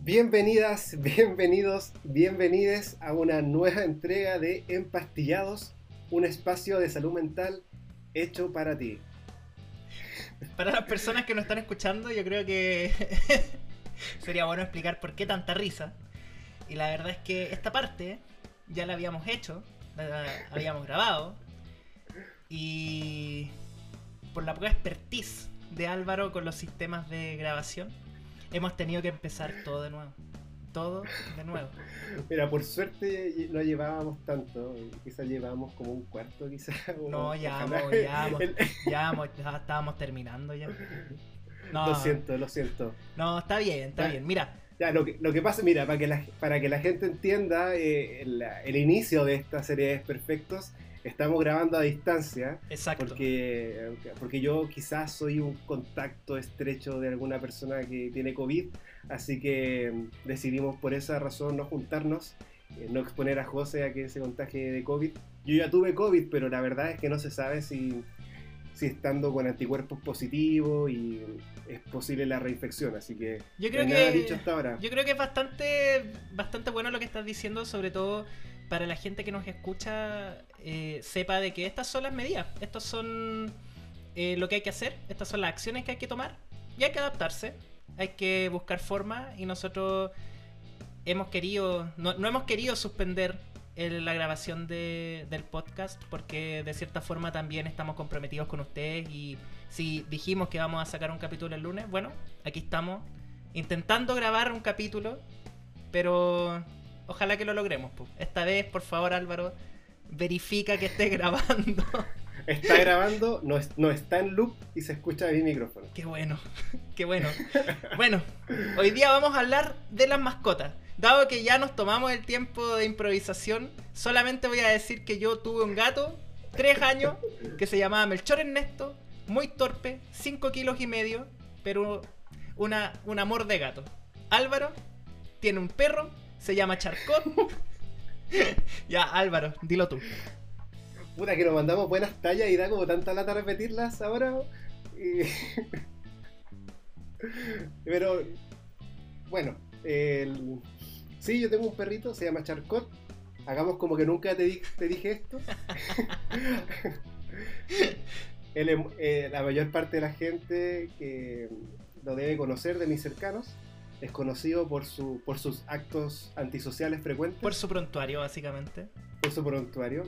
Bienvenidas, bienvenidos, bienvenides a una nueva entrega de Empastillados, un espacio de salud mental hecho para ti. Para las personas que nos están escuchando, yo creo que sería bueno explicar por qué tanta risa. Y la verdad es que esta parte ya la habíamos hecho, la habíamos grabado, y por la poca expertise de Álvaro con los sistemas de grabación, hemos tenido que empezar todo de nuevo. Todo de nuevo. Mira, por suerte no llevábamos tanto, quizás llevábamos como un cuarto, quizás. No, ya estábamos terminando ya. Lo No, siento, lo siento. no, está bien. Mira, Ya, lo que pasa, mira, para que la gente entienda el inicio de esta serie de Desperfectos, estamos grabando a distancia. exacto. Porque yo quizás soy un contacto estrecho de alguna persona que tiene COVID, así que decidimos por esa razón no juntarnos, no exponer a José a que se contagie de COVID. Yo ya tuve COVID, pero la verdad es que no se sabe si estando con anticuerpos positivos y es posible la reinfección, así que Yo no creo hay nada que dicho hasta ahora. yo creo que es bastante bueno lo que estás diciendo, sobre todo para la gente que nos escucha, sepa de que estas son las medidas, estos son lo que hay que hacer, estas son las acciones que hay que tomar y hay que adaptarse, hay que buscar formas y nosotros no hemos querido suspender la grabación del podcast porque de cierta forma también estamos comprometidos con ustedes y si dijimos que vamos a sacar un capítulo el lunes, bueno, aquí estamos intentando grabar un capítulo, pero ojalá que lo logremos. Pues. Esta vez, por favor, Álvaro, verifica que estés grabando. Está grabando, no está en loop y se escucha mi micrófono. Qué bueno, qué bueno. Bueno, hoy día vamos a hablar de las mascotas. Dado que ya nos tomamos el tiempo de improvisación, solamente voy a decir que yo tuve un gato, 3 años, que se llamaba Melchor Ernesto, muy torpe, 5 kilos y medio, pero un amor de gato. Álvaro tiene un perro, se llama Charcot. Ya, Álvaro, dilo tú. Puta, que nos mandamos buenas tallas y da como tanta lata repetirlas ahora. Y... Pero, bueno, sí, yo tengo un perrito, se llama Charcot. Hagamos como que nunca te dije esto. La mayor parte de la gente que lo debe conocer, de mis cercanos, es conocido por sus actos antisociales frecuentes. Por su prontuario, básicamente. Por su prontuario.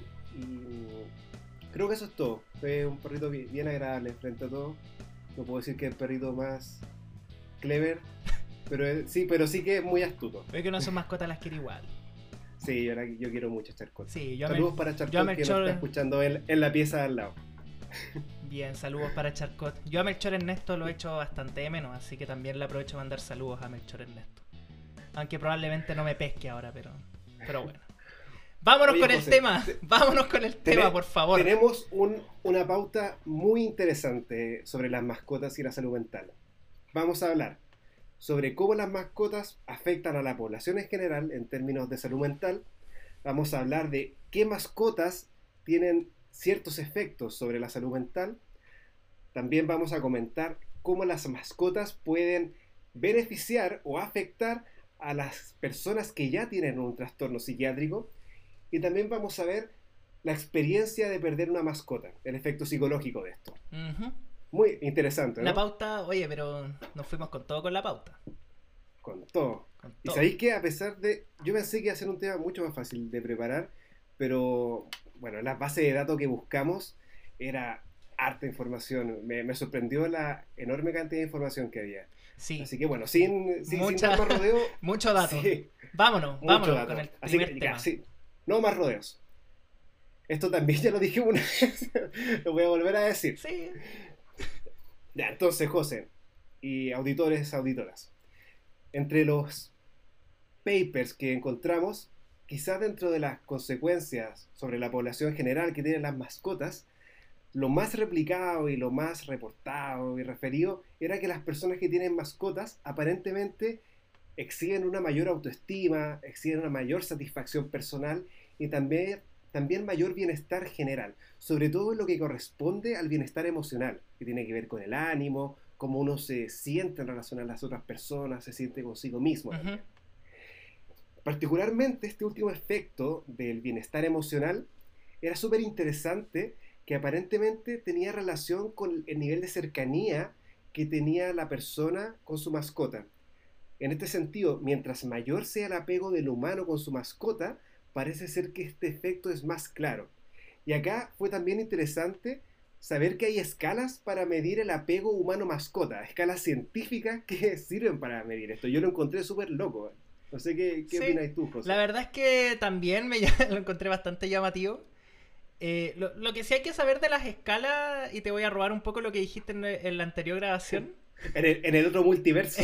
Y creo que eso es todo. Fue un perrito bien agradable frente a todo. No puedo decir que es el perrito más clever, pero sí que es muy astuto. Veo que no son mascotas, las quiero igual. Sí, yo quiero mucho a Charcot. Sí, Saludos para Charcot, que nos está escuchando en la pieza de al lado. Bien, saludos para Charcot. Yo a Melchor Ernesto lo he hecho bastante de menos, así que también le aprovecho a mandar saludos a Melchor Ernesto. Aunque probablemente no me pesque ahora, pero bueno. Vámonos. Oye, con José, el tema. Vámonos con el tema, por favor. Tenemos una pauta muy interesante sobre las mascotas y la salud mental. Vamos a hablar sobre cómo las mascotas afectan a la población en general en términos de salud mental. Vamos a hablar de qué mascotas tienen ciertos efectos sobre la salud mental. También vamos a comentar cómo las mascotas pueden beneficiar o afectar a las personas que ya tienen un trastorno psiquiátrico. Y también vamos a ver la experiencia de perder una mascota, el efecto psicológico de esto. Uh-huh. Muy interesante, ¿no? La pauta, oye, pero nos fuimos con todo con la pauta. Con todo. Y sabéis que a pesar de... Yo pensé que iba a ser un tema mucho más fácil de preparar, pero bueno, la base de datos que buscamos era harta información. Me sorprendió la enorme cantidad de información que había. Sí. Así que bueno, sin dar más rodeo... Mucho dato. Sí, vámonos dato. Con el primer tema. Sí, no más rodeos. Esto también ya lo dije una vez. Lo voy a volver a decir. Sí. Ya, entonces, José, y auditores, auditoras, entre los papers que encontramos, quizás dentro de las consecuencias sobre la población general que tienen las mascotas, lo más replicado y lo más reportado y referido era que las personas que tienen mascotas aparentemente exhiben una mayor autoestima, exhiben una mayor satisfacción personal y también mayor bienestar general, sobre todo en lo que corresponde al bienestar emocional, que tiene que ver con el ánimo, cómo uno se siente en relación a las otras personas, se siente consigo mismo también. Particularmente este último efecto del bienestar emocional era súper interesante, que aparentemente tenía relación con el nivel de cercanía que tenía la persona con su mascota. En este sentido, mientras mayor sea el apego del humano con su mascota, parece ser que este efecto es más claro. Y acá fue también interesante saber que hay escalas para medir el apego humano-mascota, escalas científicas que sirven para medir esto. Yo lo encontré súper loco. No sé qué Sí, opinas tú, José. la verdad es que también lo encontré bastante llamativo. Lo que sí hay que saber de las escalas, y te voy a robar un poco lo que dijiste en la anterior grabación. En el otro multiverso.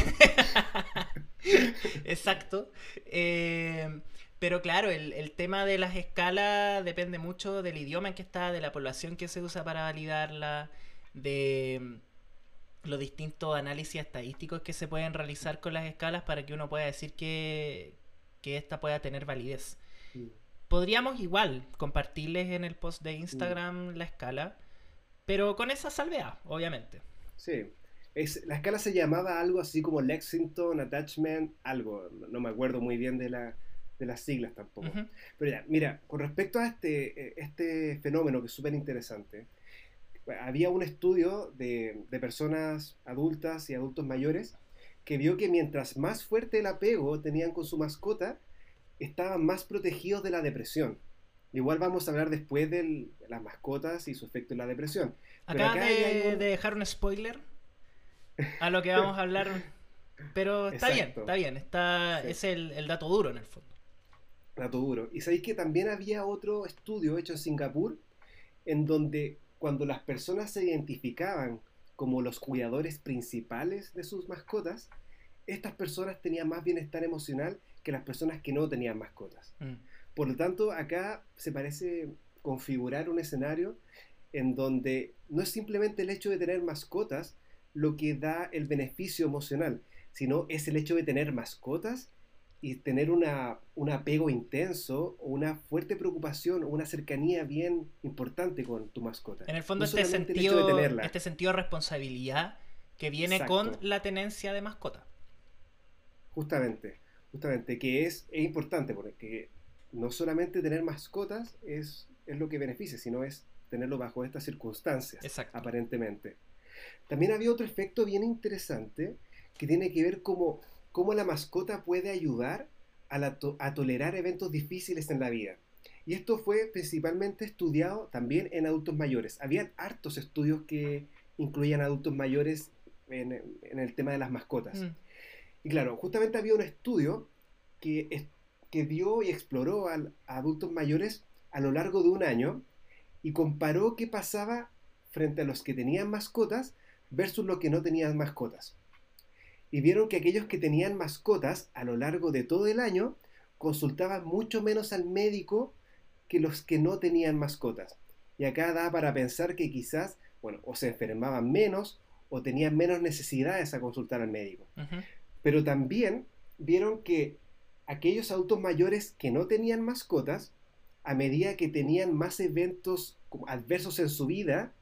Exacto. Pero claro, el tema de las escalas depende mucho del idioma en que está, de la población que se usa para validarla, de los distintos análisis estadísticos que se pueden realizar con las escalas para que uno pueda decir que esta pueda tener validez. Podríamos igual compartirles en el post de Instagram la escala, pero con esa salvedad, obviamente. Sí. La escala se llamaba algo así como Lexington Attachment, algo. No me acuerdo muy bien de las siglas tampoco. Pero ya, mira, con respecto a este fenómeno que es súper interesante, había un estudio de personas adultas y adultos mayores que vio que mientras más fuerte el apego tenían con su mascota, estaban más protegidos de la depresión. Igual vamos a hablar después de las mascotas y su efecto en la depresión. Pero Acá de dejar un spoiler a lo que vamos a hablar, pero está Exacto. bien, Sí. es el dato duro en el fondo. Dato duro. Y sabéis que también había otro estudio hecho en Singapur, en donde cuando las personas se identificaban como los cuidadores principales de sus mascotas, estas personas tenían más bienestar emocional que las personas que no tenían mascotas. Por lo tanto, acá se parece configurar un escenario en donde no es simplemente el hecho de tener mascotas lo que da el beneficio emocional, sino es el hecho de tener mascotas y tener un apego intenso o una fuerte preocupación o una cercanía bien importante con tu mascota. En el fondo No solamente el hecho de tenerla. este sentido de responsabilidad que viene con Exacto. la tenencia de mascota. Justamente, que es importante porque no solamente tener mascotas es lo que beneficia, sino es tenerlo bajo estas circunstancias, Exacto. aparentemente. También había otro efecto bien interesante que tiene que ver cómo la mascota puede ayudar a tolerar eventos difíciles en la vida. Y esto fue principalmente estudiado también en adultos mayores. Había hartos estudios que incluían adultos mayores en el tema de las mascotas. Y claro, justamente había un estudio que vio y exploró a adultos mayores a lo largo de un año y comparó qué pasaba frente a los que tenían mascotas versus los que no tenían mascotas. Y vieron que aquellos que tenían mascotas a lo largo de todo el año consultaban mucho menos al médico que los que no tenían mascotas. Y acá da para pensar que quizás, bueno, o se enfermaban menos o tenían menos necesidades a consultar al médico. Pero también vieron que aquellos adultos mayores que no tenían mascotas, a medida que tenían más eventos adversos en su vida,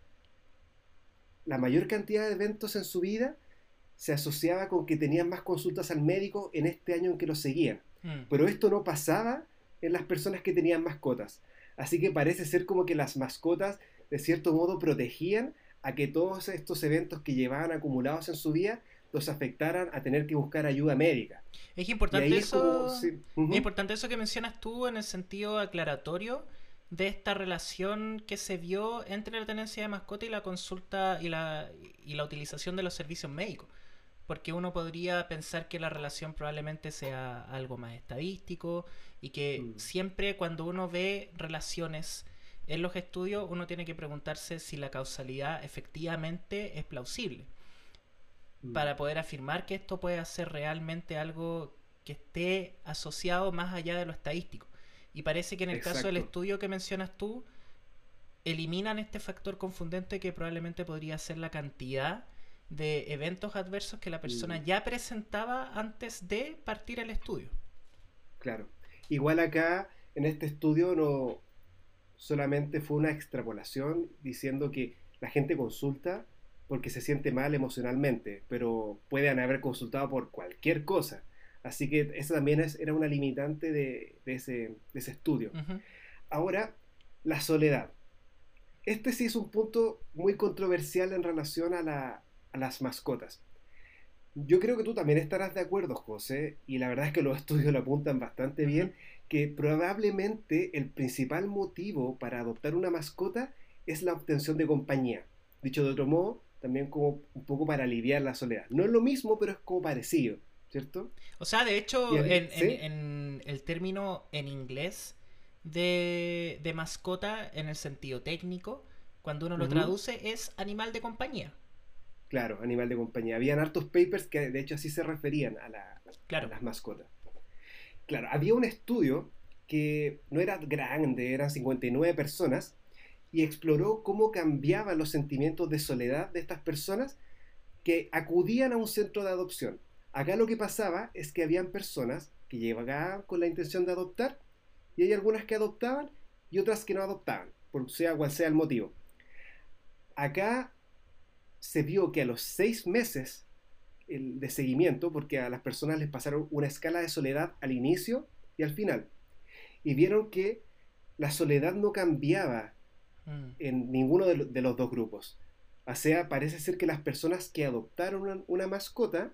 la mayor cantidad de eventos en su vida se asociaba con que tenían más consultas al médico en este año en que lo seguían. Pero esto no pasaba en las personas que tenían mascotas. Así que parece ser como que las mascotas de cierto modo protegían a que todos estos eventos que llevaban acumulados en su vida los afectaran a tener que buscar ayuda médica. Es importante eso, es importante eso que mencionas tú en el sentido aclaratorio de esta relación que se vio entre la tenencia de mascota y la consulta y la utilización de los servicios médicos. Porque uno podría pensar que la relación probablemente sea algo más estadístico y que siempre cuando uno ve relaciones en los estudios uno tiene que preguntarse si la causalidad efectivamente es plausible para poder afirmar que esto puede ser realmente algo que esté asociado más allá de lo estadístico. Y parece que en el caso del estudio que mencionas tú, eliminan este factor confundente que probablemente podría ser la cantidad de eventos adversos que la persona ya presentaba antes de partir el estudio. Claro. Igual acá, en este estudio, no solamente fue una extrapolación diciendo que la gente consulta porque se siente mal emocionalmente, pero pueden haber consultado por cualquier cosa. Así que esa también era una limitante de ese estudio. Ujú. Ahora, la soledad. Este sí es un punto muy controversial en relación a las mascotas. Yo creo que tú también estarás de acuerdo, José, y la verdad es que los estudios lo apuntan bastante Ujú. bien, que probablemente el principal motivo para adoptar una mascota es la obtención de compañía. Dicho de otro modo, también como un poco para aliviar la soledad. No es lo mismo, pero es como parecido, ¿cierto? O sea, de Y hecho, ¿sí? en el término en inglés de mascota, en el sentido técnico, cuando uno lo Ujú. traduce, es animal de compañía. Claro, animal de compañía. Habían hartos papers que de hecho así se referían a Claro. las mascotas. Claro, había un estudio que no era grande, eran 59 personas, y exploró cómo cambiaban los sentimientos de soledad de estas personas que acudían a un centro de adopción. Acá lo que pasaba es que habían personas que llegaban con la intención de adoptar, y hay algunas que adoptaban y otras que no adoptaban, por sea cual sea el motivo. Acá se vio que a los 6 meses de seguimiento, porque a las personas les pasaron una escala de soledad al inicio y al final, y vieron que la soledad no cambiaba Mm. en ninguno de los dos grupos. O sea, parece ser que las personas que adoptaron una mascota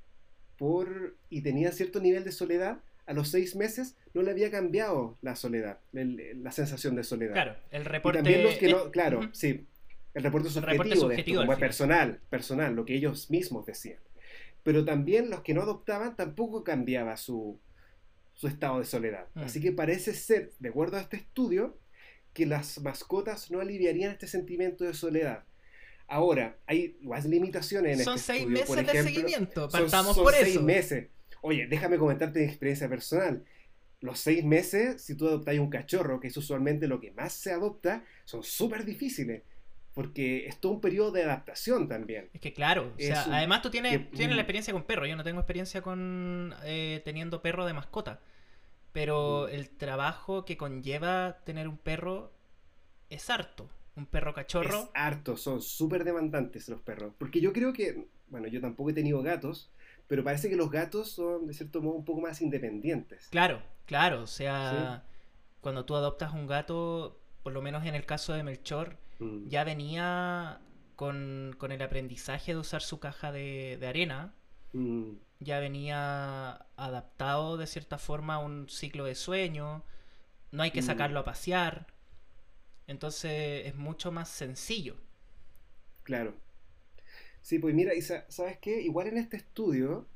y tenían cierto nivel de soledad, a los 6 meses no le había cambiado la soledad, la sensación de soledad. Claro, el Y también los que reporte. no, claro, Ujú. sí, el reporte El reporte subjetivo de esto, subjetivo al como es final. personal, lo que ellos mismos decían. Pero también los que no adoptaban tampoco cambiaba su estado de soledad. Mm. Así que parece ser, de acuerdo a este estudio, que las mascotas no aliviarían este sentimiento de soledad. Ahora, hay igual limitaciones en Son este seis estudio. Por meses de ejemplo, seguimiento, son, partamos son por seis eso. meses. Oye, déjame comentarte mi experiencia personal. Los 6 meses, si tú adoptas un cachorro, que es usualmente lo que más se adopta, son súper difíciles. Porque es todo un periodo de adaptación también. Es que claro, o Es sea, un, además tú que, tienes la experiencia con perro, yo no tengo experiencia con teniendo perro de mascota, pero el trabajo que conlleva tener un perro es harto. Un perro es cachorro, harto, son súper demandantes los perros. Porque yo creo que, bueno, yo tampoco he tenido gatos, pero parece que los gatos son de cierto modo un poco más independientes. claro, claro, o ¿Sí? sea, cuando tú adoptas un gato, por lo menos en el caso de Melchor, Mm, ya venía con el aprendizaje de usar su caja de arena, mm, ya venía adaptado de cierta forma a un ciclo de sueño, no hay que mm, sacarlo a pasear, entonces es mucho más sencillo. claro. Sí, pues mira, y ¿sabes qué? Igual en este estudio,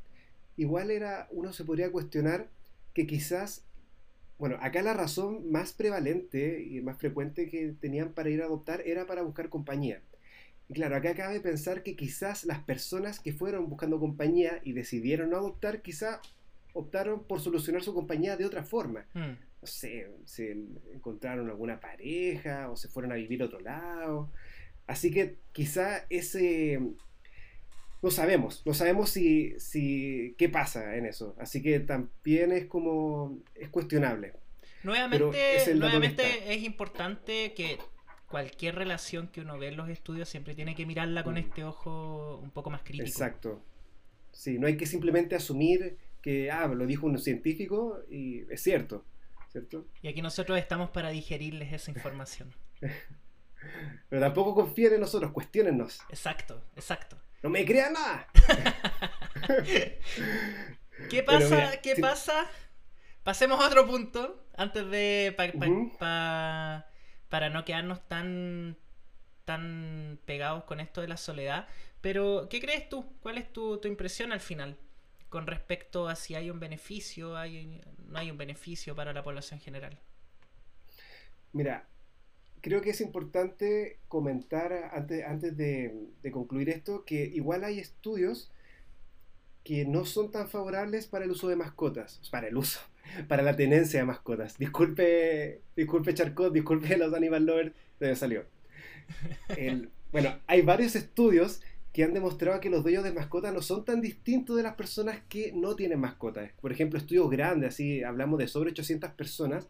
uno se podría cuestionar que quizás, bueno, acá la razón más prevalente y más frecuente que tenían para ir a adoptar era para buscar compañía. Y claro, acá cabe pensar que quizás las personas que fueron buscando compañía y decidieron no adoptar, quizás optaron por solucionar su compañía de otra forma. Mm. No sé, se encontraron alguna pareja o se fueron a vivir a otro lado. Así que quizá no sabemos qué pasa en eso. Así que también es cuestionable. Pero es Nuevamente, el dato que está. nuevamente es importante que cualquier relación que uno ve en los estudios siempre tiene que mirarla con Mm, este ojo un poco más crítico. exacto. Sí, no hay que simplemente asumir que, lo dijo un científico y es cierto, ¿cierto? Y aquí nosotros estamos para digerirles esa información. Pero tampoco confíen en nosotros, cuestionennos. Exacto, exacto. No me crean nada. ¿Qué Bueno, mira, pasa? ¿Qué pasa? Pasemos a otro punto antes de ujú. para no quedarnos tan pegados con esto de la soledad. Pero, ¿qué crees tú? ¿Cuál es tu impresión al final? Con respecto a si hay un beneficio, no hay un beneficio para la población general. Mira, creo que es importante comentar antes de concluir esto que igual hay estudios que no son tan favorables para el uso de mascotas, para la tenencia de mascotas. Disculpe Charcot, disculpe los Animal Lovers, de salió. Bueno, hay varios estudios que han demostrado que los dueños de mascotas no son tan distintos de las personas que no tienen mascotas. Por ejemplo, estudios grandes, así hablamos de sobre 800 personas,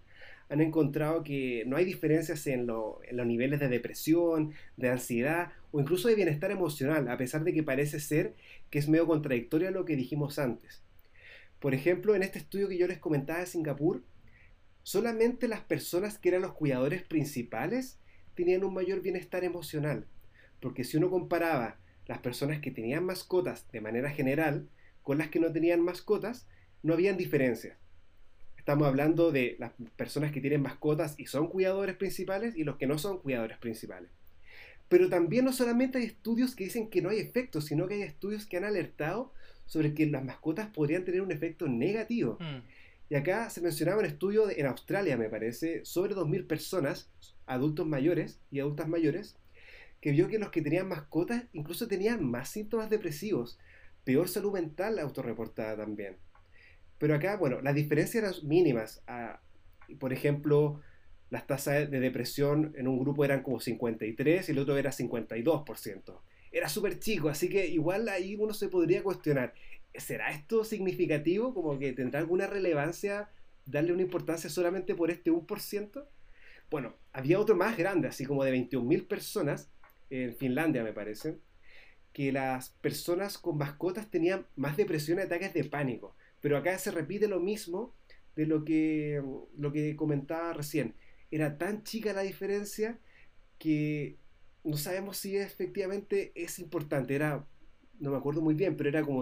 han encontrado que no hay diferencias en los niveles de depresión, de ansiedad o incluso de bienestar emocional, a pesar de que parece ser que es medio contradictorio a lo que dijimos antes. Por ejemplo, en este estudio que yo les comentaba de Singapur, solamente las personas que eran los cuidadores principales tenían un mayor bienestar emocional, porque si uno comparaba las personas que tenían mascotas de manera general con las que no tenían mascotas, no habían diferencias. Estamos hablando de las personas que tienen mascotas y son cuidadores principales y los que no son cuidadores principales. Pero también no solamente hay estudios que dicen que no hay efectos, sino que hay estudios que han alertado sobre que las mascotas podrían tener un efecto negativo. Y acá se mencionaba un estudio en Australia, me parece, sobre 2.000 personas, adultos mayores y adultas mayores, que vio que los que tenían mascotas incluso tenían más síntomas depresivos, peor salud mental autorreportada también. Pero acá, bueno, las diferencias eran mínimas. Por ejemplo, las tasas de depresión en un grupo eran como 53 y el otro era 52%. Era súper chico, así que igual ahí uno se podría cuestionar, ¿será esto significativo? ¿Como que tendrá alguna relevancia darle una importancia solamente por este 1%? Bueno, había otro más grande, así como de 21.000 personas, en Finlandia me parece, que las personas con mascotas tenían más depresión y ataques de pánico. Pero acá se repite lo mismo de lo que comentaba recién. Era tan chica la diferencia que no sabemos si efectivamente es importante. No me acuerdo muy bien, pero era como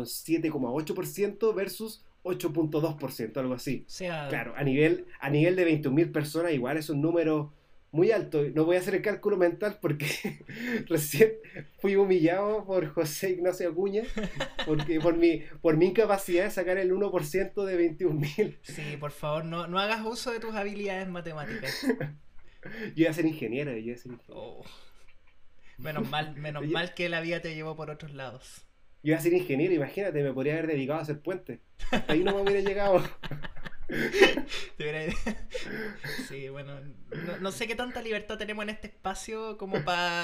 7,8% versus 8,2%, algo así. O sea, claro, a nivel de 21.000 personas, igual es un número muy alto. No voy a hacer el cálculo mental porque recién fui humillado por José Ignacio Acuña porque por mi incapacidad de sacar el 1% de 21.000. Sí, por favor, no hagas uso de tus habilidades matemáticas. Yo iba a ser ingeniero. Oh. Menos mal que la vida te llevó por otros lados. Yo iba a ser ingeniero, imagínate, me podría haber dedicado a hacer puentes. Hasta ahí no me hubiera llegado. Sí, bueno, no sé qué tanta libertad tenemos en este espacio como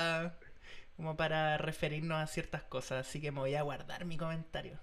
para referirnos a ciertas cosas, así que me voy a guardar mi comentario.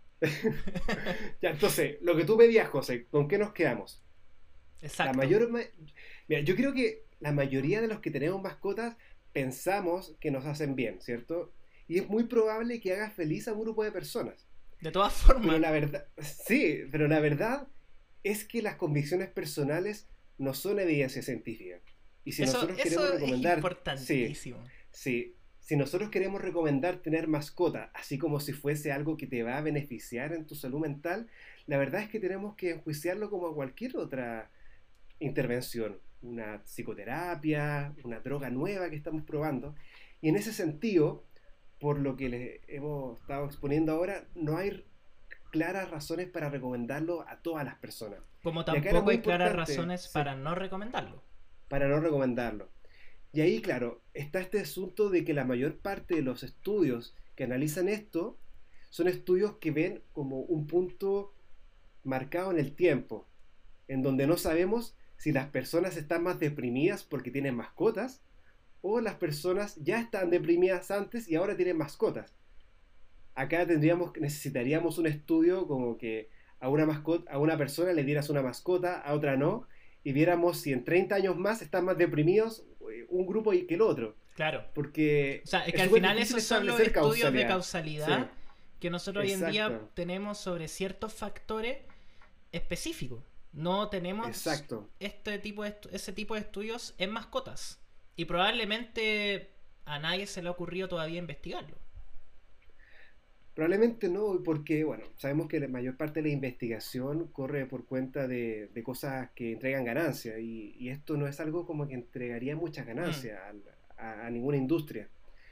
Ya, entonces, lo que tú pedías, José, ¿con qué nos quedamos? Exacto. Mira, yo creo que la mayoría de los que tenemos mascotas pensamos que nos hacen bien, ¿cierto? Y es muy probable que hagas feliz a un grupo de personas. De todas formas. Pero la verdad, sí, pero la verdad es que las convicciones personales no son evidencia científica. Y si nosotros queremos recomendar, es importantísimo. Sí, si nosotros queremos recomendar tener mascota, así como si fuese algo que te va a beneficiar en tu salud mental, la verdad es que tenemos que enjuiciarlo como cualquier otra intervención, una psicoterapia, una droga nueva que estamos probando. Y en ese sentido, por lo que les hemos estado exponiendo ahora, no hay claras razones para recomendarlo a todas las personas. Como tampoco hay claras razones para no recomendarlo. Para no recomendarlo. Y ahí, claro, está este asunto de que la mayor parte de los estudios que analizan esto son estudios que ven como un punto marcado en el tiempo, en donde no sabemos si las personas están más deprimidas porque tienen mascotas o las personas ya están deprimidas antes y ahora tienen mascotas. Acá necesitaríamos un estudio como que a una persona le dieras una mascota, a otra no, y viéramos si en 30 años más están más deprimidos un grupo que el otro. Claro. Porque o sea, es que al final esos son los estudios de causalidad que nosotros hoy en día tenemos sobre ciertos factores específicos. No tenemos ese tipo de estudios en mascotas. Y probablemente a nadie se le ha ocurrido todavía investigarlo. Probablemente no, porque bueno, sabemos que la mayor parte de la investigación corre por cuenta de cosas que entregan ganancias y esto no es algo como que entregaría muchas ganancias a ninguna industria.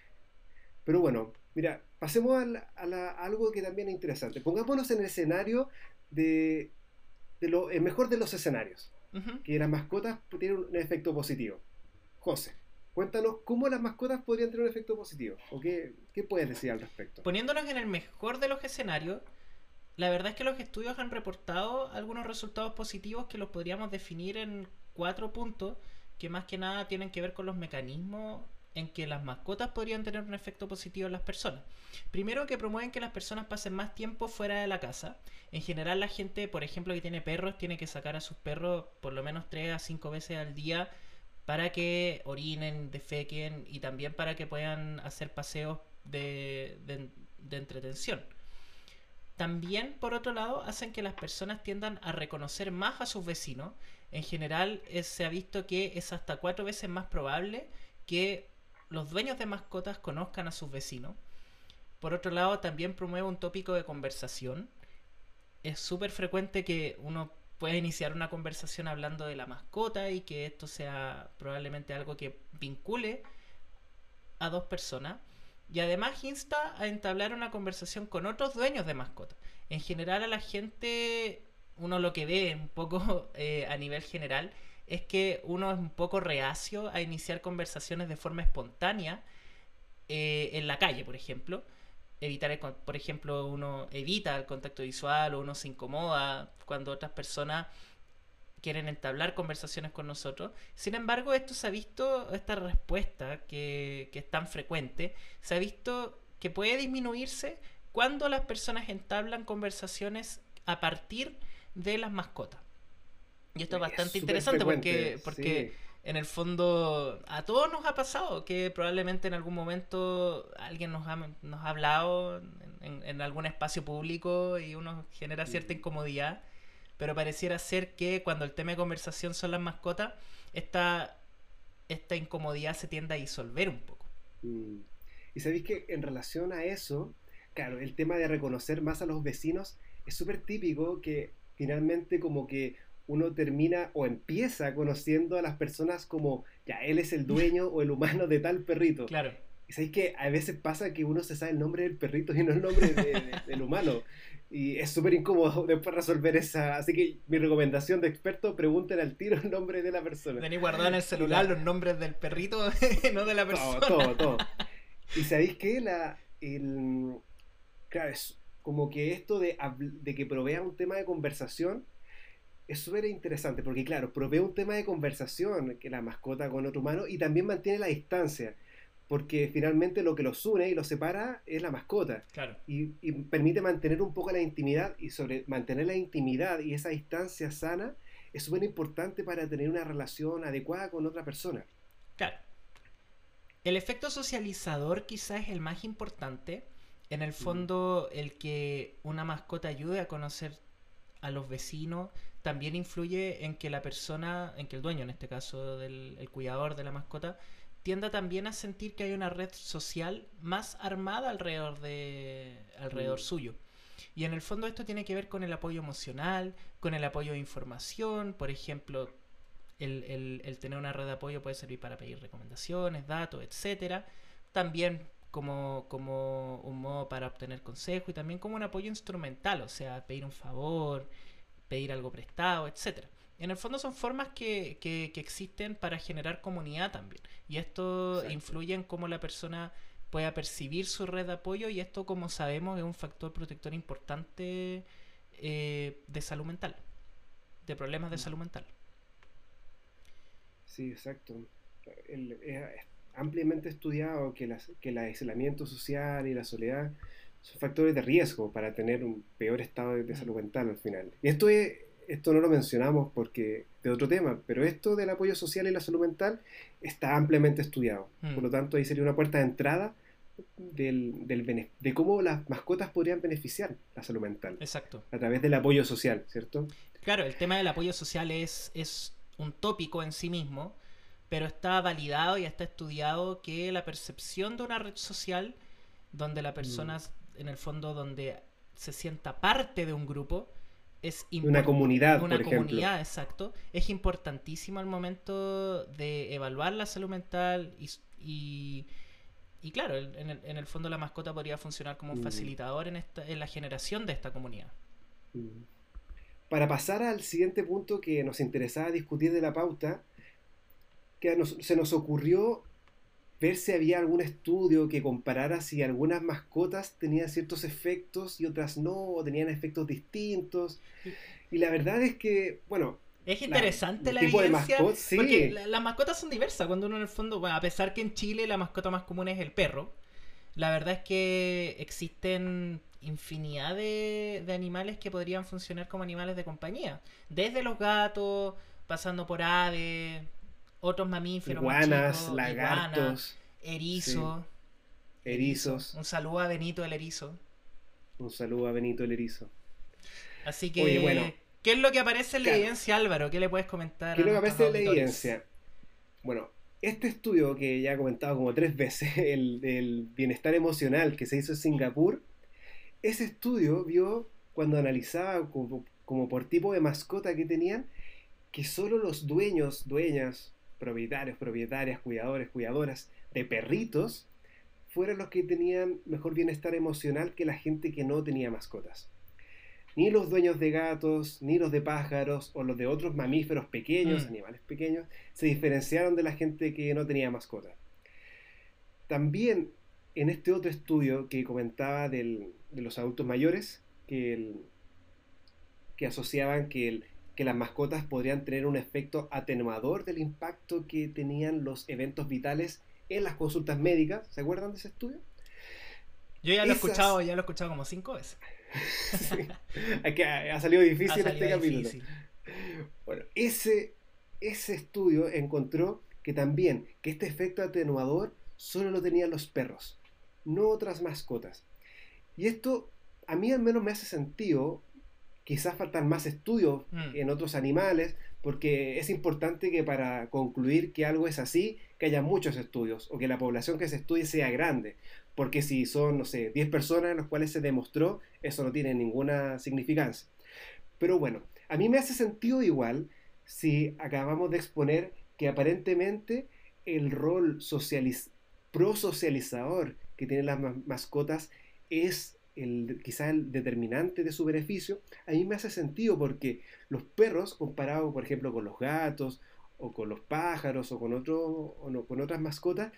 Pero bueno, mira, pasemos a algo que también es interesante. Pongámonos en el escenario el mejor de los escenarios, que las mascotas tienen un efecto positivo. José, cuéntanos cómo las mascotas podrían tener un efecto positivo, o qué puedes decir al respecto. Poniéndonos en el mejor de los escenarios, la verdad es que los estudios han reportado algunos resultados positivos que los podríamos definir en 4 puntos, que más que nada tienen que ver con los mecanismos en que las mascotas podrían tener un efecto positivo en las personas. Primero, que promueven que las personas pasen más tiempo fuera de la casa. En general, la gente, por ejemplo, que tiene perros, tiene que sacar a sus perros por lo menos 3 a 5 veces al día para que orinen, defequen y también para que puedan hacer paseos de entretención. También, por otro lado, hacen que las personas tiendan a reconocer más a sus vecinos. En general, se ha visto que es hasta 4 veces más probable que los dueños de mascotas conozcan a sus vecinos. Por otro lado, también promueve un tópico de conversación. Es súper frecuente que uno pueda iniciar una conversación hablando de la mascota y que esto sea probablemente algo que vincule a dos personas. Y además insta a entablar una conversación con otros dueños de mascotas. En general, a la gente, uno lo que ve un poco a nivel general es que uno es un poco reacio a iniciar conversaciones de forma espontánea en la calle, por ejemplo. Por ejemplo, uno evita el contacto visual o uno se incomoda cuando otras personas quieren entablar conversaciones con nosotros. Sin embargo, esto se ha visto, esta respuesta que es tan frecuente, se ha visto que puede disminuirse cuando las personas entablan conversaciones a partir de las mascotas. Y esto es bastante interesante porque sí. en el fondo a todos nos ha pasado que probablemente en algún momento alguien nos ha hablado en algún espacio público y uno genera cierta incomodidad, pero pareciera ser que cuando el tema de conversación son las mascotas, esta incomodidad se tiende a disolver un poco. Y sabéis que en relación a eso, claro, el tema de reconocer más a los vecinos es súper típico que finalmente como que uno termina o empieza conociendo a las personas como, ya, él es el dueño o el humano de tal perrito. Claro. Y sabéis que a veces pasa que uno se sabe el nombre del perrito y no el nombre del humano. Y es súper incómodo después resolver esa. Así que mi recomendación de experto, pregunten al tiro el nombre de la persona. Tenéis guardado en el celular los nombres del perrito, no de la persona. Todo. Y sabéis que claro, es como que esto de que provea un tema de conversación es súper interesante, porque claro, provee un tema de conversación que la mascota con otro humano y también mantiene la distancia, porque finalmente lo que los une y los separa es la mascota. Claro. Y permite mantener un poco la intimidad, y sobre mantener la intimidad y esa distancia sana es súper importante para tener una relación adecuada con otra persona. Claro. El efecto socializador quizás es el más importante. En el fondo, el que una mascota ayude a conocer a los vecinos también influye en que la persona, en que el dueño en este caso, el cuidador de la mascota, tienda también a sentir que hay una red social más armada alrededor suyo. Y en el fondo esto tiene que ver con el apoyo emocional, con el apoyo de información. Por ejemplo, el tener una red de apoyo puede servir para pedir recomendaciones, datos, etcétera. También como un modo para obtener consejo y también como un apoyo instrumental, o sea, pedir un favor, pedir algo prestado, etcétera. En el fondo son formas que existen para generar comunidad también. Y esto Exacto. influye en cómo la persona pueda percibir su red de apoyo y esto, como sabemos, es un factor protector importante de salud mental, de problemas de salud mental. Sí, exacto. Es ampliamente estudiado que el aislamiento social y la soledad son factores de riesgo para tener un peor estado de salud mental al final. Y esto no lo mencionamos porque de otro tema, pero esto del apoyo social y la salud mental está ampliamente estudiado. Por lo tanto, ahí sería una puerta de entrada de cómo las mascotas podrían beneficiar la salud mental. Exacto. A través del apoyo social, ¿cierto? Claro, el tema del apoyo social es un tópico en sí mismo, pero está validado y está estudiado que la percepción de una red social donde la persona, en el fondo, donde se sienta parte de un grupo, es una comunidad, por ejemplo. Una comunidad, exacto. Es importantísimo al momento de evaluar la salud mental y claro, en el fondo la mascota podría funcionar como un facilitador en la generación de esta comunidad. Para pasar al siguiente punto que nos interesaba discutir de la pauta, que se nos ocurrió ver si había algún estudio que comparara si algunas mascotas tenían ciertos efectos y otras no, o tenían efectos distintos. Y la verdad es que, bueno, Es interesante el la tipo de evidencia, mascota, porque sí. las mascotas son diversas. Cuando uno en el fondo, bueno, a pesar que en Chile la mascota más común es el perro, la verdad es que existen infinidad de animales que podrían funcionar como animales de compañía. Desde los gatos, pasando por aves, otros mamíferos más Iguanas, chicos, iguanas, lagartos, sí, erizos. Erizo. erizos. Un saludo a Benito el erizo. Un saludo a Benito el erizo. Así Oye, bueno, que, ¿qué es lo que aparece en la claro, evidencia, Álvaro? ¿Qué le puedes comentar ¿qué es a lo que nuestros aparece en la auditores? evidencia? Bueno, este estudio que ya he comentado como 3 veces, el del bienestar emocional que se hizo en Singapur, ese estudio vio cuando analizaba como por tipo de mascota que tenían, que solo los dueños, dueñas, propietarios, propietarias, cuidadores, cuidadoras de perritos fueron los que tenían mejor bienestar emocional que la gente que no tenía mascotas. Ni los dueños de gatos, ni los de pájaros o los de otros mamíferos pequeños, Mm, animales pequeños, se diferenciaron de la gente que no tenía mascotas. También en este otro estudio que comentaba de los adultos mayores, que asociaban que las mascotas podrían tener un efecto atenuador del impacto que tenían los eventos vitales en las consultas médicas. ¿Se acuerdan de ese estudio? yo Esas... ya lo he escuchado como 5 veces. Sí, que ha salido Ha difícil este salido capítulo. difícil. Bueno, ese estudio encontró que también que este efecto atenuador solo lo tenían los perros, no otras mascotas. Y esto a mí al menos me hace sentido. Quizás faltan más estudios Mm, en otros animales, porque es importante que para concluir que algo es así, que haya muchos estudios o que la población que se estudie sea grande. Porque si son, no sé, 10 personas en las cuales se demostró, eso no tiene ninguna significancia. Pero bueno, a mí me hace sentido igual si acabamos de exponer que aparentemente el rol prosocializador que tienen las mascotas es quizá el determinante de su beneficio. A mí me hace sentido porque los perros, comparados por ejemplo con los gatos o con los pájaros o con, o no, con otras mascotas,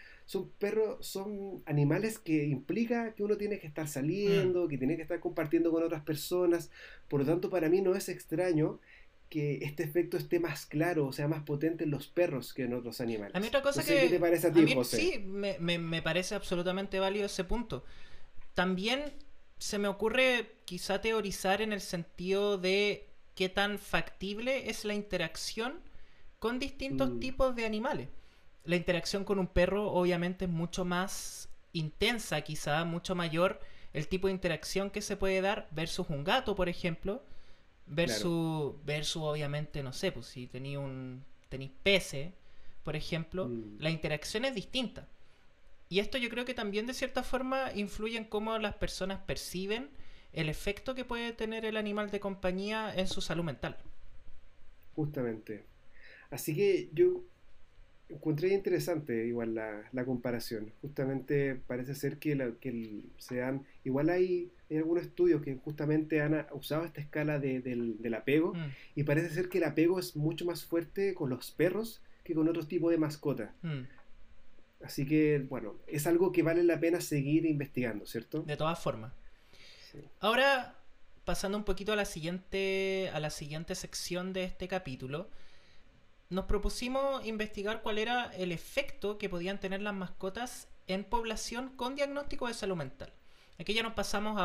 son animales que implica que uno tiene que estar mm. saliendo, que tiene que estar compartiendo con otras personas. Por lo tanto, para mí no es extraño que este efecto esté más claro, o sea, más potente en los perros que en otros A mí animales. otra No cosa sé qué te que... parece a A ti, mí José. sí, me parece absolutamente válido ese punto. También se me ocurre quizá teorizar en el sentido de qué tan factible es la interacción con distintos Mm, tipos de animales. La interacción con un perro obviamente es mucho más intensa, quizá mucho mayor el tipo de interacción que se puede dar versus un gato, por ejemplo, claro. versus obviamente, no sé, pues si tenéis peces, por ejemplo, Mm. la interacción es distinta. Y esto yo creo que también de cierta forma influye en cómo las personas perciben el efecto que puede tener el animal de compañía en su salud mental. Justamente. Así que yo encontré interesante igual la comparación. Justamente parece ser que, se dan, igual hay algunos estudios que justamente han usado esta escala del apego Mm, y parece ser que el apego es mucho más fuerte con los perros que con otros tipos de mascotas. mm. Así que, bueno, es algo que vale la pena seguir investigando, ¿cierto? De todas formas. Sí. Ahora, pasando un poquito a la siguiente sección de este capítulo, nos propusimos investigar cuál era el efecto que podían tener las mascotas en población con diagnóstico de salud mental. Aquí ya nos pasamos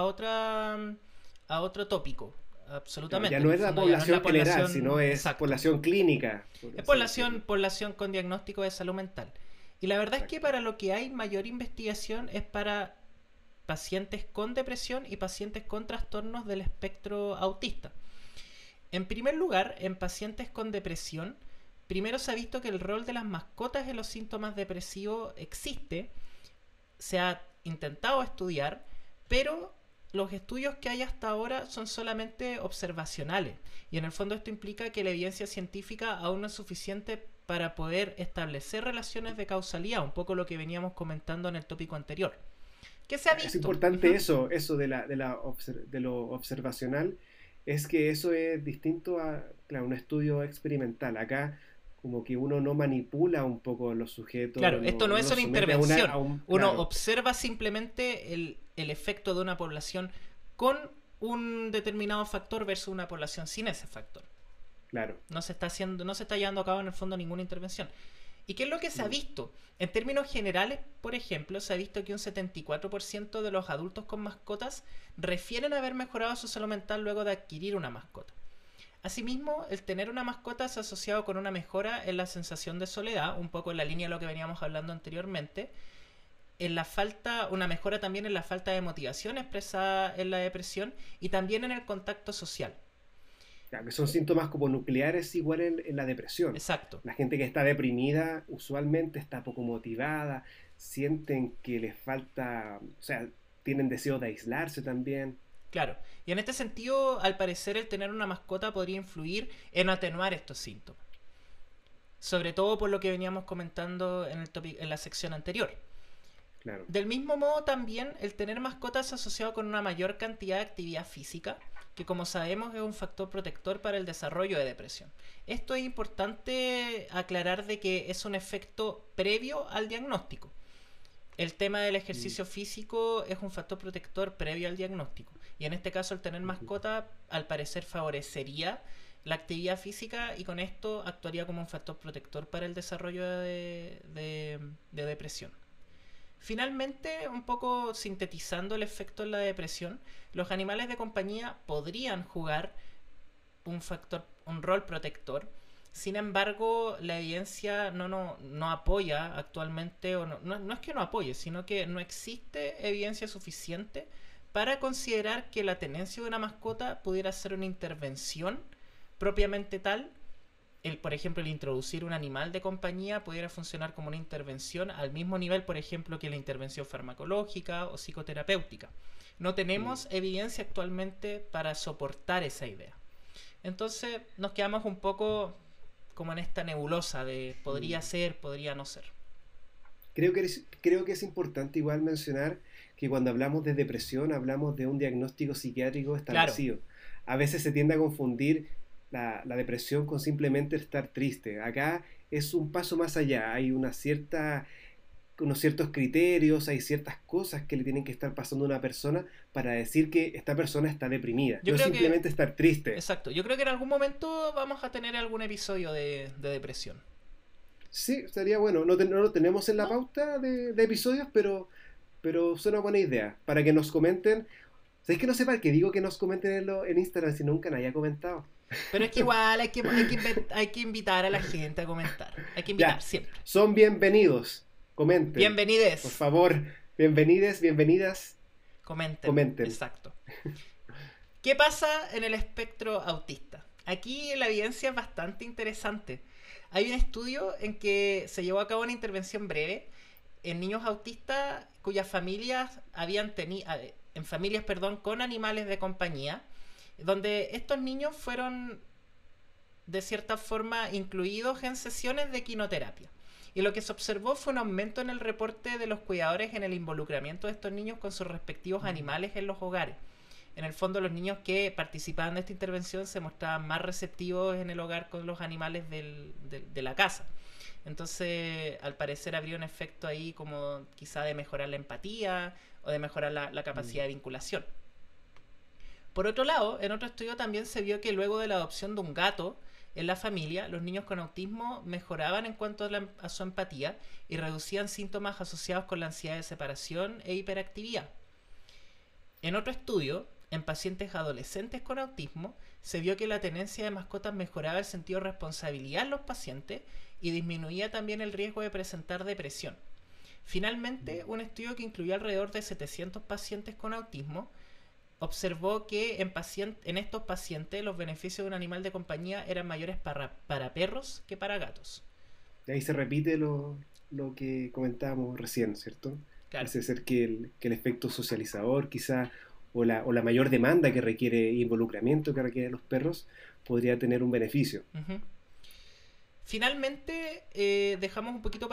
a otro tópico, Claro, ya absolutamente. En no el es la fondo ya no es población la general, sino población es exacto. población clínica, por Es así decirlo. población con diagnóstico de salud mental. Y la verdad es que Exacto. para lo que hay mayor investigación es para pacientes con depresión y pacientes con trastornos del espectro autista. En primer lugar, en pacientes con depresión, primero se ha visto que el rol de las mascotas en los síntomas depresivos existe, se ha intentado estudiar, pero los estudios que hay hasta ahora son solamente observacionales. Y en el fondo esto implica que la evidencia científica aún no es suficiente para poder establecer relaciones de causalidad, un poco lo que veníamos comentando en el tópico anterior. ¿Qué se ha Es visto? importante Ujú. eso de lo observacional, es que eso es distinto a, claro, un estudio experimental. Acá como que uno no manipula un poco los Claro, sujetos, esto no no es los una somete intervención. a un, Uno claro, observa simplemente el efecto de una población con un determinado factor versus una población sin ese factor. Claro. No se está haciendo, no se está llevando a cabo en el fondo ninguna intervención. ¿Y qué es lo que se ha Mm. visto? En términos generales, por ejemplo, se ha visto que un 74% de los adultos con mascotas refieren haber mejorado su salud mental luego de adquirir una mascota. Asimismo, el tener una mascota se ha asociado con una mejora en la sensación de soledad, un poco en la línea de lo que veníamos hablando anteriormente, en la falta, una mejora también en la falta de motivación expresada en la depresión y también en el contacto social. Claro, que son síntomas como nucleares igual en la depresión. Exacto. La gente que está deprimida usualmente está poco motivada, sienten que les falta, o sea, tienen deseo de aislarse también. Claro, y en este sentido, al parecer, el tener una mascota podría influir en atenuar estos síntomas. Sobre todo por lo que veníamos comentando en la sección anterior. Claro. Del mismo modo, también el tener mascotas asociado con una mayor cantidad de actividad física, que como sabemos es un factor protector para el desarrollo de depresión. Esto es importante aclarar de que es un efecto previo al diagnóstico. El tema del Mm, ejercicio físico es un factor protector previo al diagnóstico. Y en este caso el tener ujú. mascota al parecer favorecería la actividad física y con esto actuaría como un factor protector para el desarrollo de depresión. Finalmente, un poco sintetizando el efecto en la depresión, los animales de compañía podrían jugar un rol protector. Sin embargo, la evidencia no apoya actualmente, o no es que no apoye, sino que no existe evidencia suficiente para considerar que la tenencia de una mascota pudiera ser una intervención propiamente tal. Por ejemplo, el introducir un animal de compañía pudiera funcionar como una intervención al mismo nivel, por ejemplo, que la intervención farmacológica o psicoterapéutica. No Mm. tenemos evidencia actualmente para soportar esa idea. Entonces nos quedamos un poco como en esta nebulosa de podría Mm. ser, podría no ser. Creo que es importante igual mencionar que cuando hablamos de depresión hablamos de un diagnóstico psiquiátrico Claro, establecido. A veces se tiende a confundir la depresión con simplemente estar triste. Acá es un paso más allá. Hay unos ciertos criterios, hay ciertas cosas que le tienen que estar pasando a una persona para decir que esta persona está deprimida. yo No es creo que, simplemente estar triste. exacto, yo creo que en algún momento vamos a tener algún episodio de depresión. Sí, estaría bueno. No lo tenemos en la ¿No? pauta de episodios, pero es una buena idea. Para que nos comenten. ¿Sabéis que no sepa que digo que nos comenten en Instagram si nunca nadie ha comentado? Pero es que igual hay que invitar a la gente a comentar. Hay que invitar Ya, siempre. son bienvenidos. Comenten. Por Bienvenides. favor, bienvenides, bienvenidas, Comenten. comenten. Exacto. ¿Qué pasa en el espectro autista? Aquí la evidencia es bastante interesante. Hay un estudio en que se llevó a cabo una intervención breve en niños autistas cuyas familias habían tenido, en familias, perdón, con animales de compañía, donde estos niños fueron de cierta forma incluidos en sesiones de quinoterapia. Y lo que se observó fue un aumento en el reporte de los cuidadores en el involucramiento de estos niños con sus respectivos animales en los hogares. En el fondo, los niños que participaban de esta intervención se mostraban más receptivos en el hogar con los animales de la casa. Entonces, al parecer habría un efecto ahí como quizá de mejorar la empatía o de mejorar la Mm. capacidad de vinculación. Por otro lado, en otro estudio también se vio que luego de la adopción de un gato en la familia, los niños con autismo mejoraban en cuanto a su empatía y reducían síntomas asociados con la ansiedad de separación e hiperactividad. En otro estudio, en pacientes adolescentes con autismo, se vio que la tenencia de mascotas mejoraba el sentido de responsabilidad en los pacientes y disminuía también el riesgo de presentar depresión. Finalmente, un estudio que incluyó alrededor de 700 pacientes con autismo observó que en estos pacientes los beneficios de un animal de compañía eran mayores para perros que para gatos. Y ahí se repite lo que comentábamos recién, ¿cierto? Claro. Parece ser que el efecto socializador, quizá, o la mayor demanda que requiere involucramiento que requieren los perros, podría tener un beneficio. Ujú. Finalmente, dejamos un poquito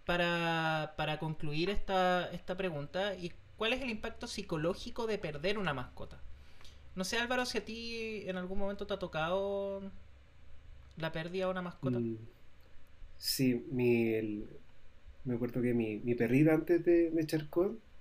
para concluir esta pregunta. ¿Y cuál es el impacto psicológico de perder una mascota? No sé, Álvaro, si a ti en algún momento te ha tocado la pérdida de una mascota. Mm, sí, me acuerdo que mi perrita antes de Charcot,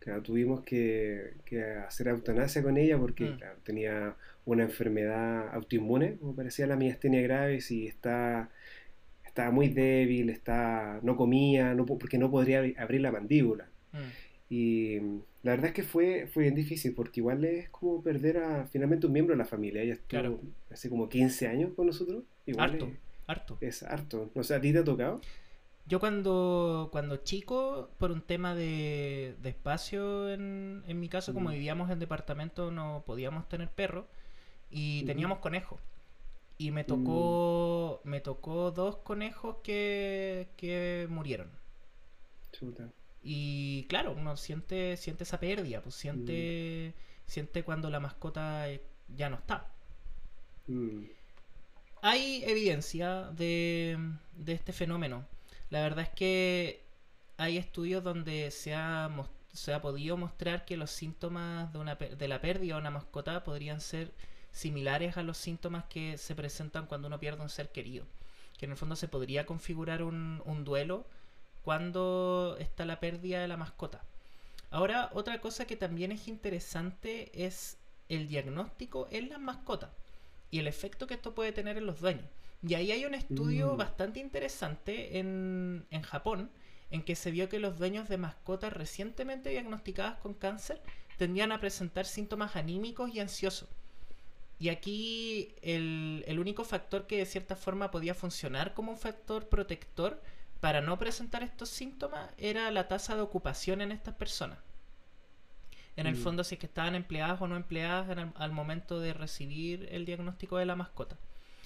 Claro, tuvimos que hacer eutanasia con ella porque Mm, claro, tenía una enfermedad autoinmune, como parecía la miastenia gravis, y estaba muy débil, no comía, porque no podría abrir la mandíbula. mm, Y la verdad es que fue bien difícil, porque igual es como perder finalmente un miembro de la familia. Ella claro, estuvo hace como 15 años con nosotros, igual harto, harto. es harto. No sé, ¿a ti te ha tocado? Yo cuando chico, por un tema de espacio en mi caso, como Mm, vivíamos en departamento, no podíamos tener perros y ujú, teníamos conejos. Y mm, me tocó dos conejos que murieron. chuta. Y claro, uno siente esa pérdida, pues Mm, siente cuando la mascota ya no está. mm, Hay evidencia de este fenómeno. La verdad es que hay estudios donde se ha podido mostrar que los síntomas de la pérdida de una mascota podrían ser similares a los síntomas que se presentan cuando uno pierde un ser querido. Que en el fondo se podría configurar un duelo cuando está la pérdida de la mascota. Ahora, otra cosa que también es interesante es el diagnóstico en las mascotas y el efecto que esto puede tener en los dueños. Y ahí hay un estudio mm, bastante interesante en Japón, en que se vio que los dueños de mascotas recientemente diagnosticadas con cáncer tendían a presentar síntomas anímicos y ansiosos. Y aquí el único factor que de cierta forma podía funcionar como un factor protector para no presentar estos síntomas era la tasa de ocupación en estas personas. En el mm, fondo, si es que estaban empleadas o no empleadas al momento de recibir el diagnóstico de la mascota.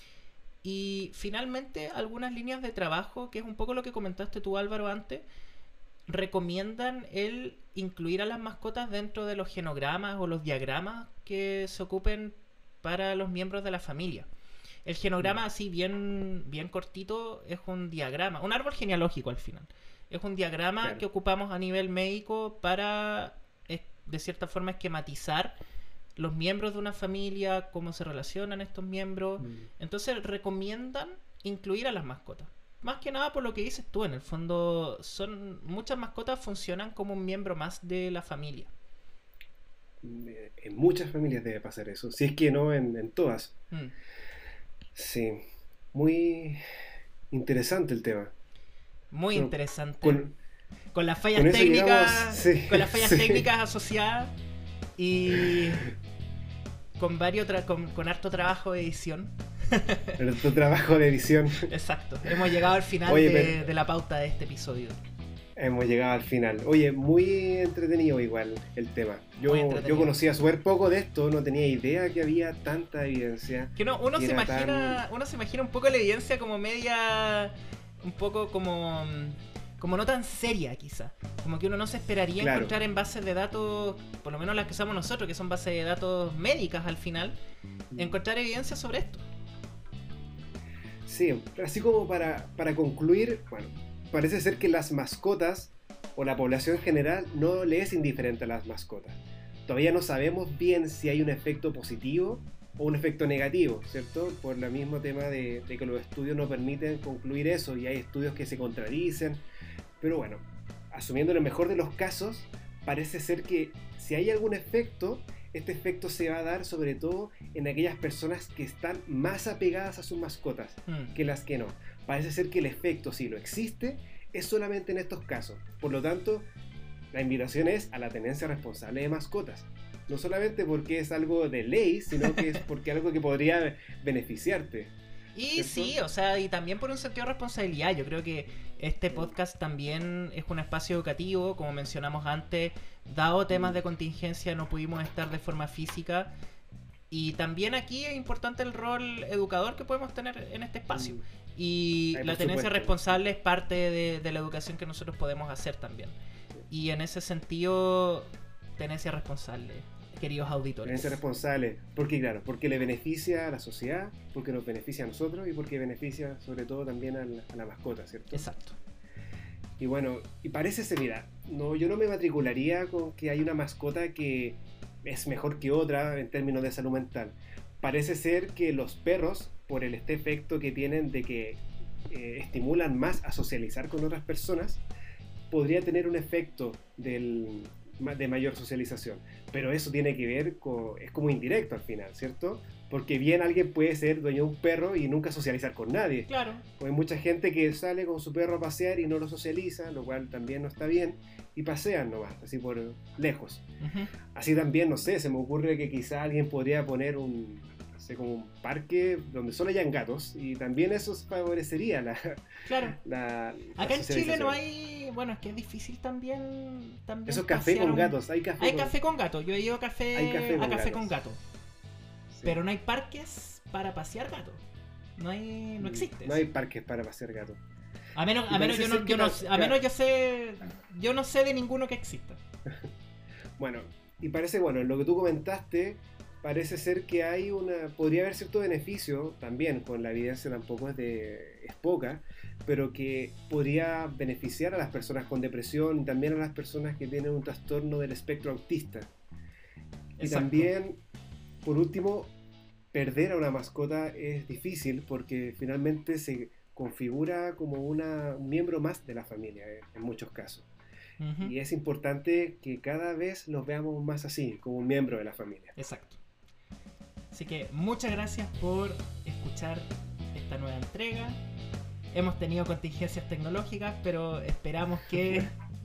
Y finalmente, algunas líneas de trabajo, que es un poco lo que comentaste tú, Álvaro, antes, recomiendan el incluir a las mascotas dentro de los genogramas o los diagramas que se ocupen para los miembros de la familia. El mm, genograma, así bien cortito, es un diagrama, un árbol genealógico al final. Es un diagrama claro. que ocupamos a nivel médico para, de cierta forma, esquematizar los miembros de una familia, cómo se relacionan estos miembros. Mm, Entonces recomiendan incluir a las mascotas. Más que nada por lo que dices tú, en el fondo, muchas mascotas funcionan como un miembro más de la familia. en muchas familias debe pasar eso, si es que no en todas. Mm. Sí, muy interesante el tema. Muy Bueno, interesante. con, Con las con fallas eso llegamos, técnicas, sí, con las fallas sí, técnicas asociadas y con harto trabajo de edición. nuestro trabajo de edición. Exacto. Hemos llegado al final Oye, pero de la pauta de este episodio. hemos llegado al final. Oye, muy entretenido igual el tema. Muy Yo entretenido. conocía súper poco de esto, no tenía idea que había tanta evidencia, Que que era tan... uno se imagina un poco la evidencia como media, un poco como no tan seria quizá. Como que uno no se esperaría Claro. encontrar en bases de datos, por lo menos las que usamos nosotros, que son bases de datos médicas al final, encontrar evidencia sobre esto. Sí, así como para concluir, bueno, parece ser que las mascotas o la población en general no le es indiferente a las mascotas. Todavía no sabemos bien si hay un efecto positivo o un efecto negativo, ¿cierto? Por el mismo tema de que los estudios no permiten concluir eso y hay estudios que se contradicen. Pero bueno, asumiendo el mejor de los casos, parece ser que si hay algún efecto, este efecto se va a dar sobre todo en aquellas personas que están más apegadas a sus mascotas Mm. que las que no. Parece ser que el efecto, si lo existe, es solamente en estos casos. Por lo tanto, la invitación es a la tenencia responsable de mascotas. No solamente porque es algo de ley, sino que es porque algo que podría beneficiarte, Y ¿cierto? sí, o sea, y también por un sentido de responsabilidad. Yo creo que este podcast también es un espacio educativo, como mencionamos antes, dado temas Mm, de contingencia no pudimos estar de forma física. Y también aquí es importante el rol educador que podemos tener en este espacio. mm. Y Ay, la por tenencia supuesto. responsable es parte de la educación que nosotros podemos hacer también. Y en ese sentido, tenencia responsable, queridos Tenencia auditores. responsable, porque claro, porque le beneficia a la sociedad, porque nos beneficia a nosotros y porque beneficia sobre todo también a la mascota, ¿cierto? Exacto. Y bueno, y parece ser, mira, no, yo no me matricularía con que hay una mascota que es mejor que otra en términos de salud mental. Parece ser que los perros, por este efecto que tienen de que estimulan más a socializar con otras personas, podría tener un efecto de mayor socialización. Pero eso tiene que ver con... es como indirecto al final, ¿cierto? Porque bien alguien puede ser dueño de un perro y nunca socializar con nadie. Claro. O hay mucha gente que sale con su perro a pasear y no lo socializa, lo cual también no está bien, y pasean nomás, así por lejos. Ujú. Así también, no sé, se me ocurre que quizá alguien podría poner un, no sé, como un parque donde solo hayan gatos, y también eso favorecería Claro. la Acá en Chile no socialización. hay... Bueno, es que es difícil también Eso es café pasear con gatos, hay café Hay con... café con gato. Yo he ido a Hay café con gatos. con gato. Sí. Pero no hay parques para pasear gatos. No existe. No hay parques para pasear gatos. A menos Y parece ser que yo no sé de ninguno que exista. Bueno, y parece, bueno, en lo que tú comentaste, parece ser que hay podría haber cierto beneficio también, con la evidencia tampoco es poca, pero que podría beneficiar a las personas con depresión y también a las personas que tienen un trastorno del espectro autista. Y Exacto. también, por último, perder a una mascota es difícil porque finalmente se configura como un miembro más de la familia, en muchos casos. Ujú. Y es importante que cada vez los veamos más así, como un miembro de la familia. Exacto. Así que muchas gracias por escuchar esta nueva entrega. Hemos tenido contingencias tecnológicas, pero esperamos que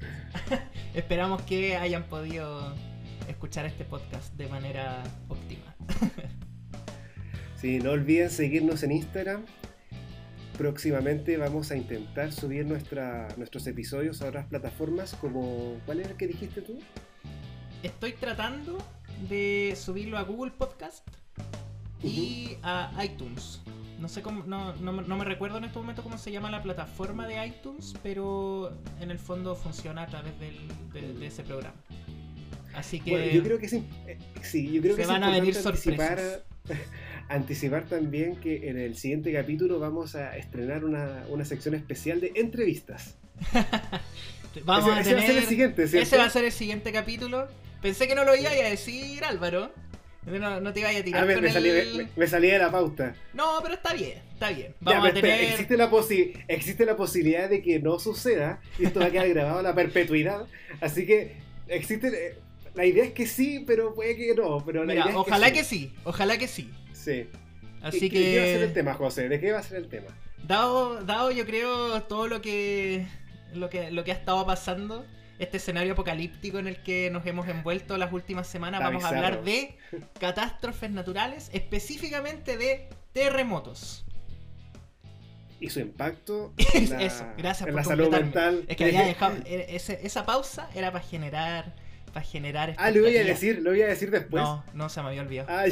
hayan podido escuchar este podcast de manera óptima. Sí, no olviden seguirnos en Instagram. Próximamente vamos a intentar subir nuestros episodios a otras plataformas como... ¿Cuál era el que dijiste tú? Estoy tratando de subirlo a Google Podcast y a iTunes. No sé cómo, no me recuerdo en este momento cómo se llama la plataforma de iTunes, pero en el fondo funciona a través de ese programa. Así que Bueno, yo creo que sí, yo creo que se van a venir anticipar, sorpresas. anticipar también que en el siguiente capítulo vamos a estrenar una sección especial de entrevistas. Vamos ese va a ser el siguiente, ¿cierto? Ese va a ser el siguiente capítulo. Pensé que no lo iba a decir, Álvaro. No te iba a tirar A ver, con me salí de la pauta. No, pero está bien, está bien. Ya, Vamos a pero espera, tener... existe la posibilidad de que no suceda y esto va a quedar grabado a la perpetuidad. Así que existe... La idea es que sí, pero puede que no. Pero la Mira, idea es ojalá que sí. ojalá que sí. Sí. Así ¿De qué va a ser el que... tema, José? ¿De qué va a ser el tema? Dado yo creo todo lo que ha estado pasando, este escenario apocalíptico en el que nos hemos envuelto las últimas semanas, Está vamos a bizarro. hablar de catástrofes naturales, específicamente de terremotos. Y su impacto Eso, gracias en por la salud completarme. mental. Es que había dejado esa pausa era para generar Lo voy a expectativa. decir después. No se me había olvidado. Ay.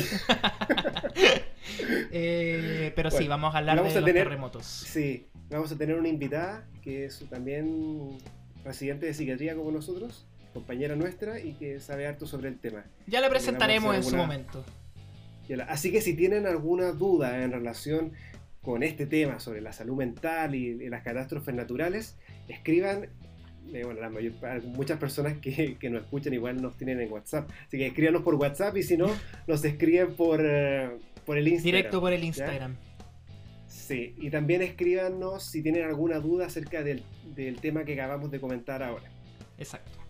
Pero sí, Bueno, vamos a hablar de los terremotos. Sí, vamos a tener una invitada que es también residente de psiquiatría como nosotros, compañera nuestra y que sabe harto sobre el tema. Ya la presentaremos Vamos a en hacer su alguna- momento. Así que si tienen alguna duda en relación con este tema sobre la salud mental y las catástrofes naturales, escriban. Bueno, muchas personas que nos escuchan igual nos tienen en WhatsApp. Así que escríbanos por WhatsApp y si no, nos escriben por el Instagram. Directo por el ¿ya? Instagram. Sí, y también escríbanos si tienen alguna duda acerca del tema que acabamos de comentar ahora. Exacto.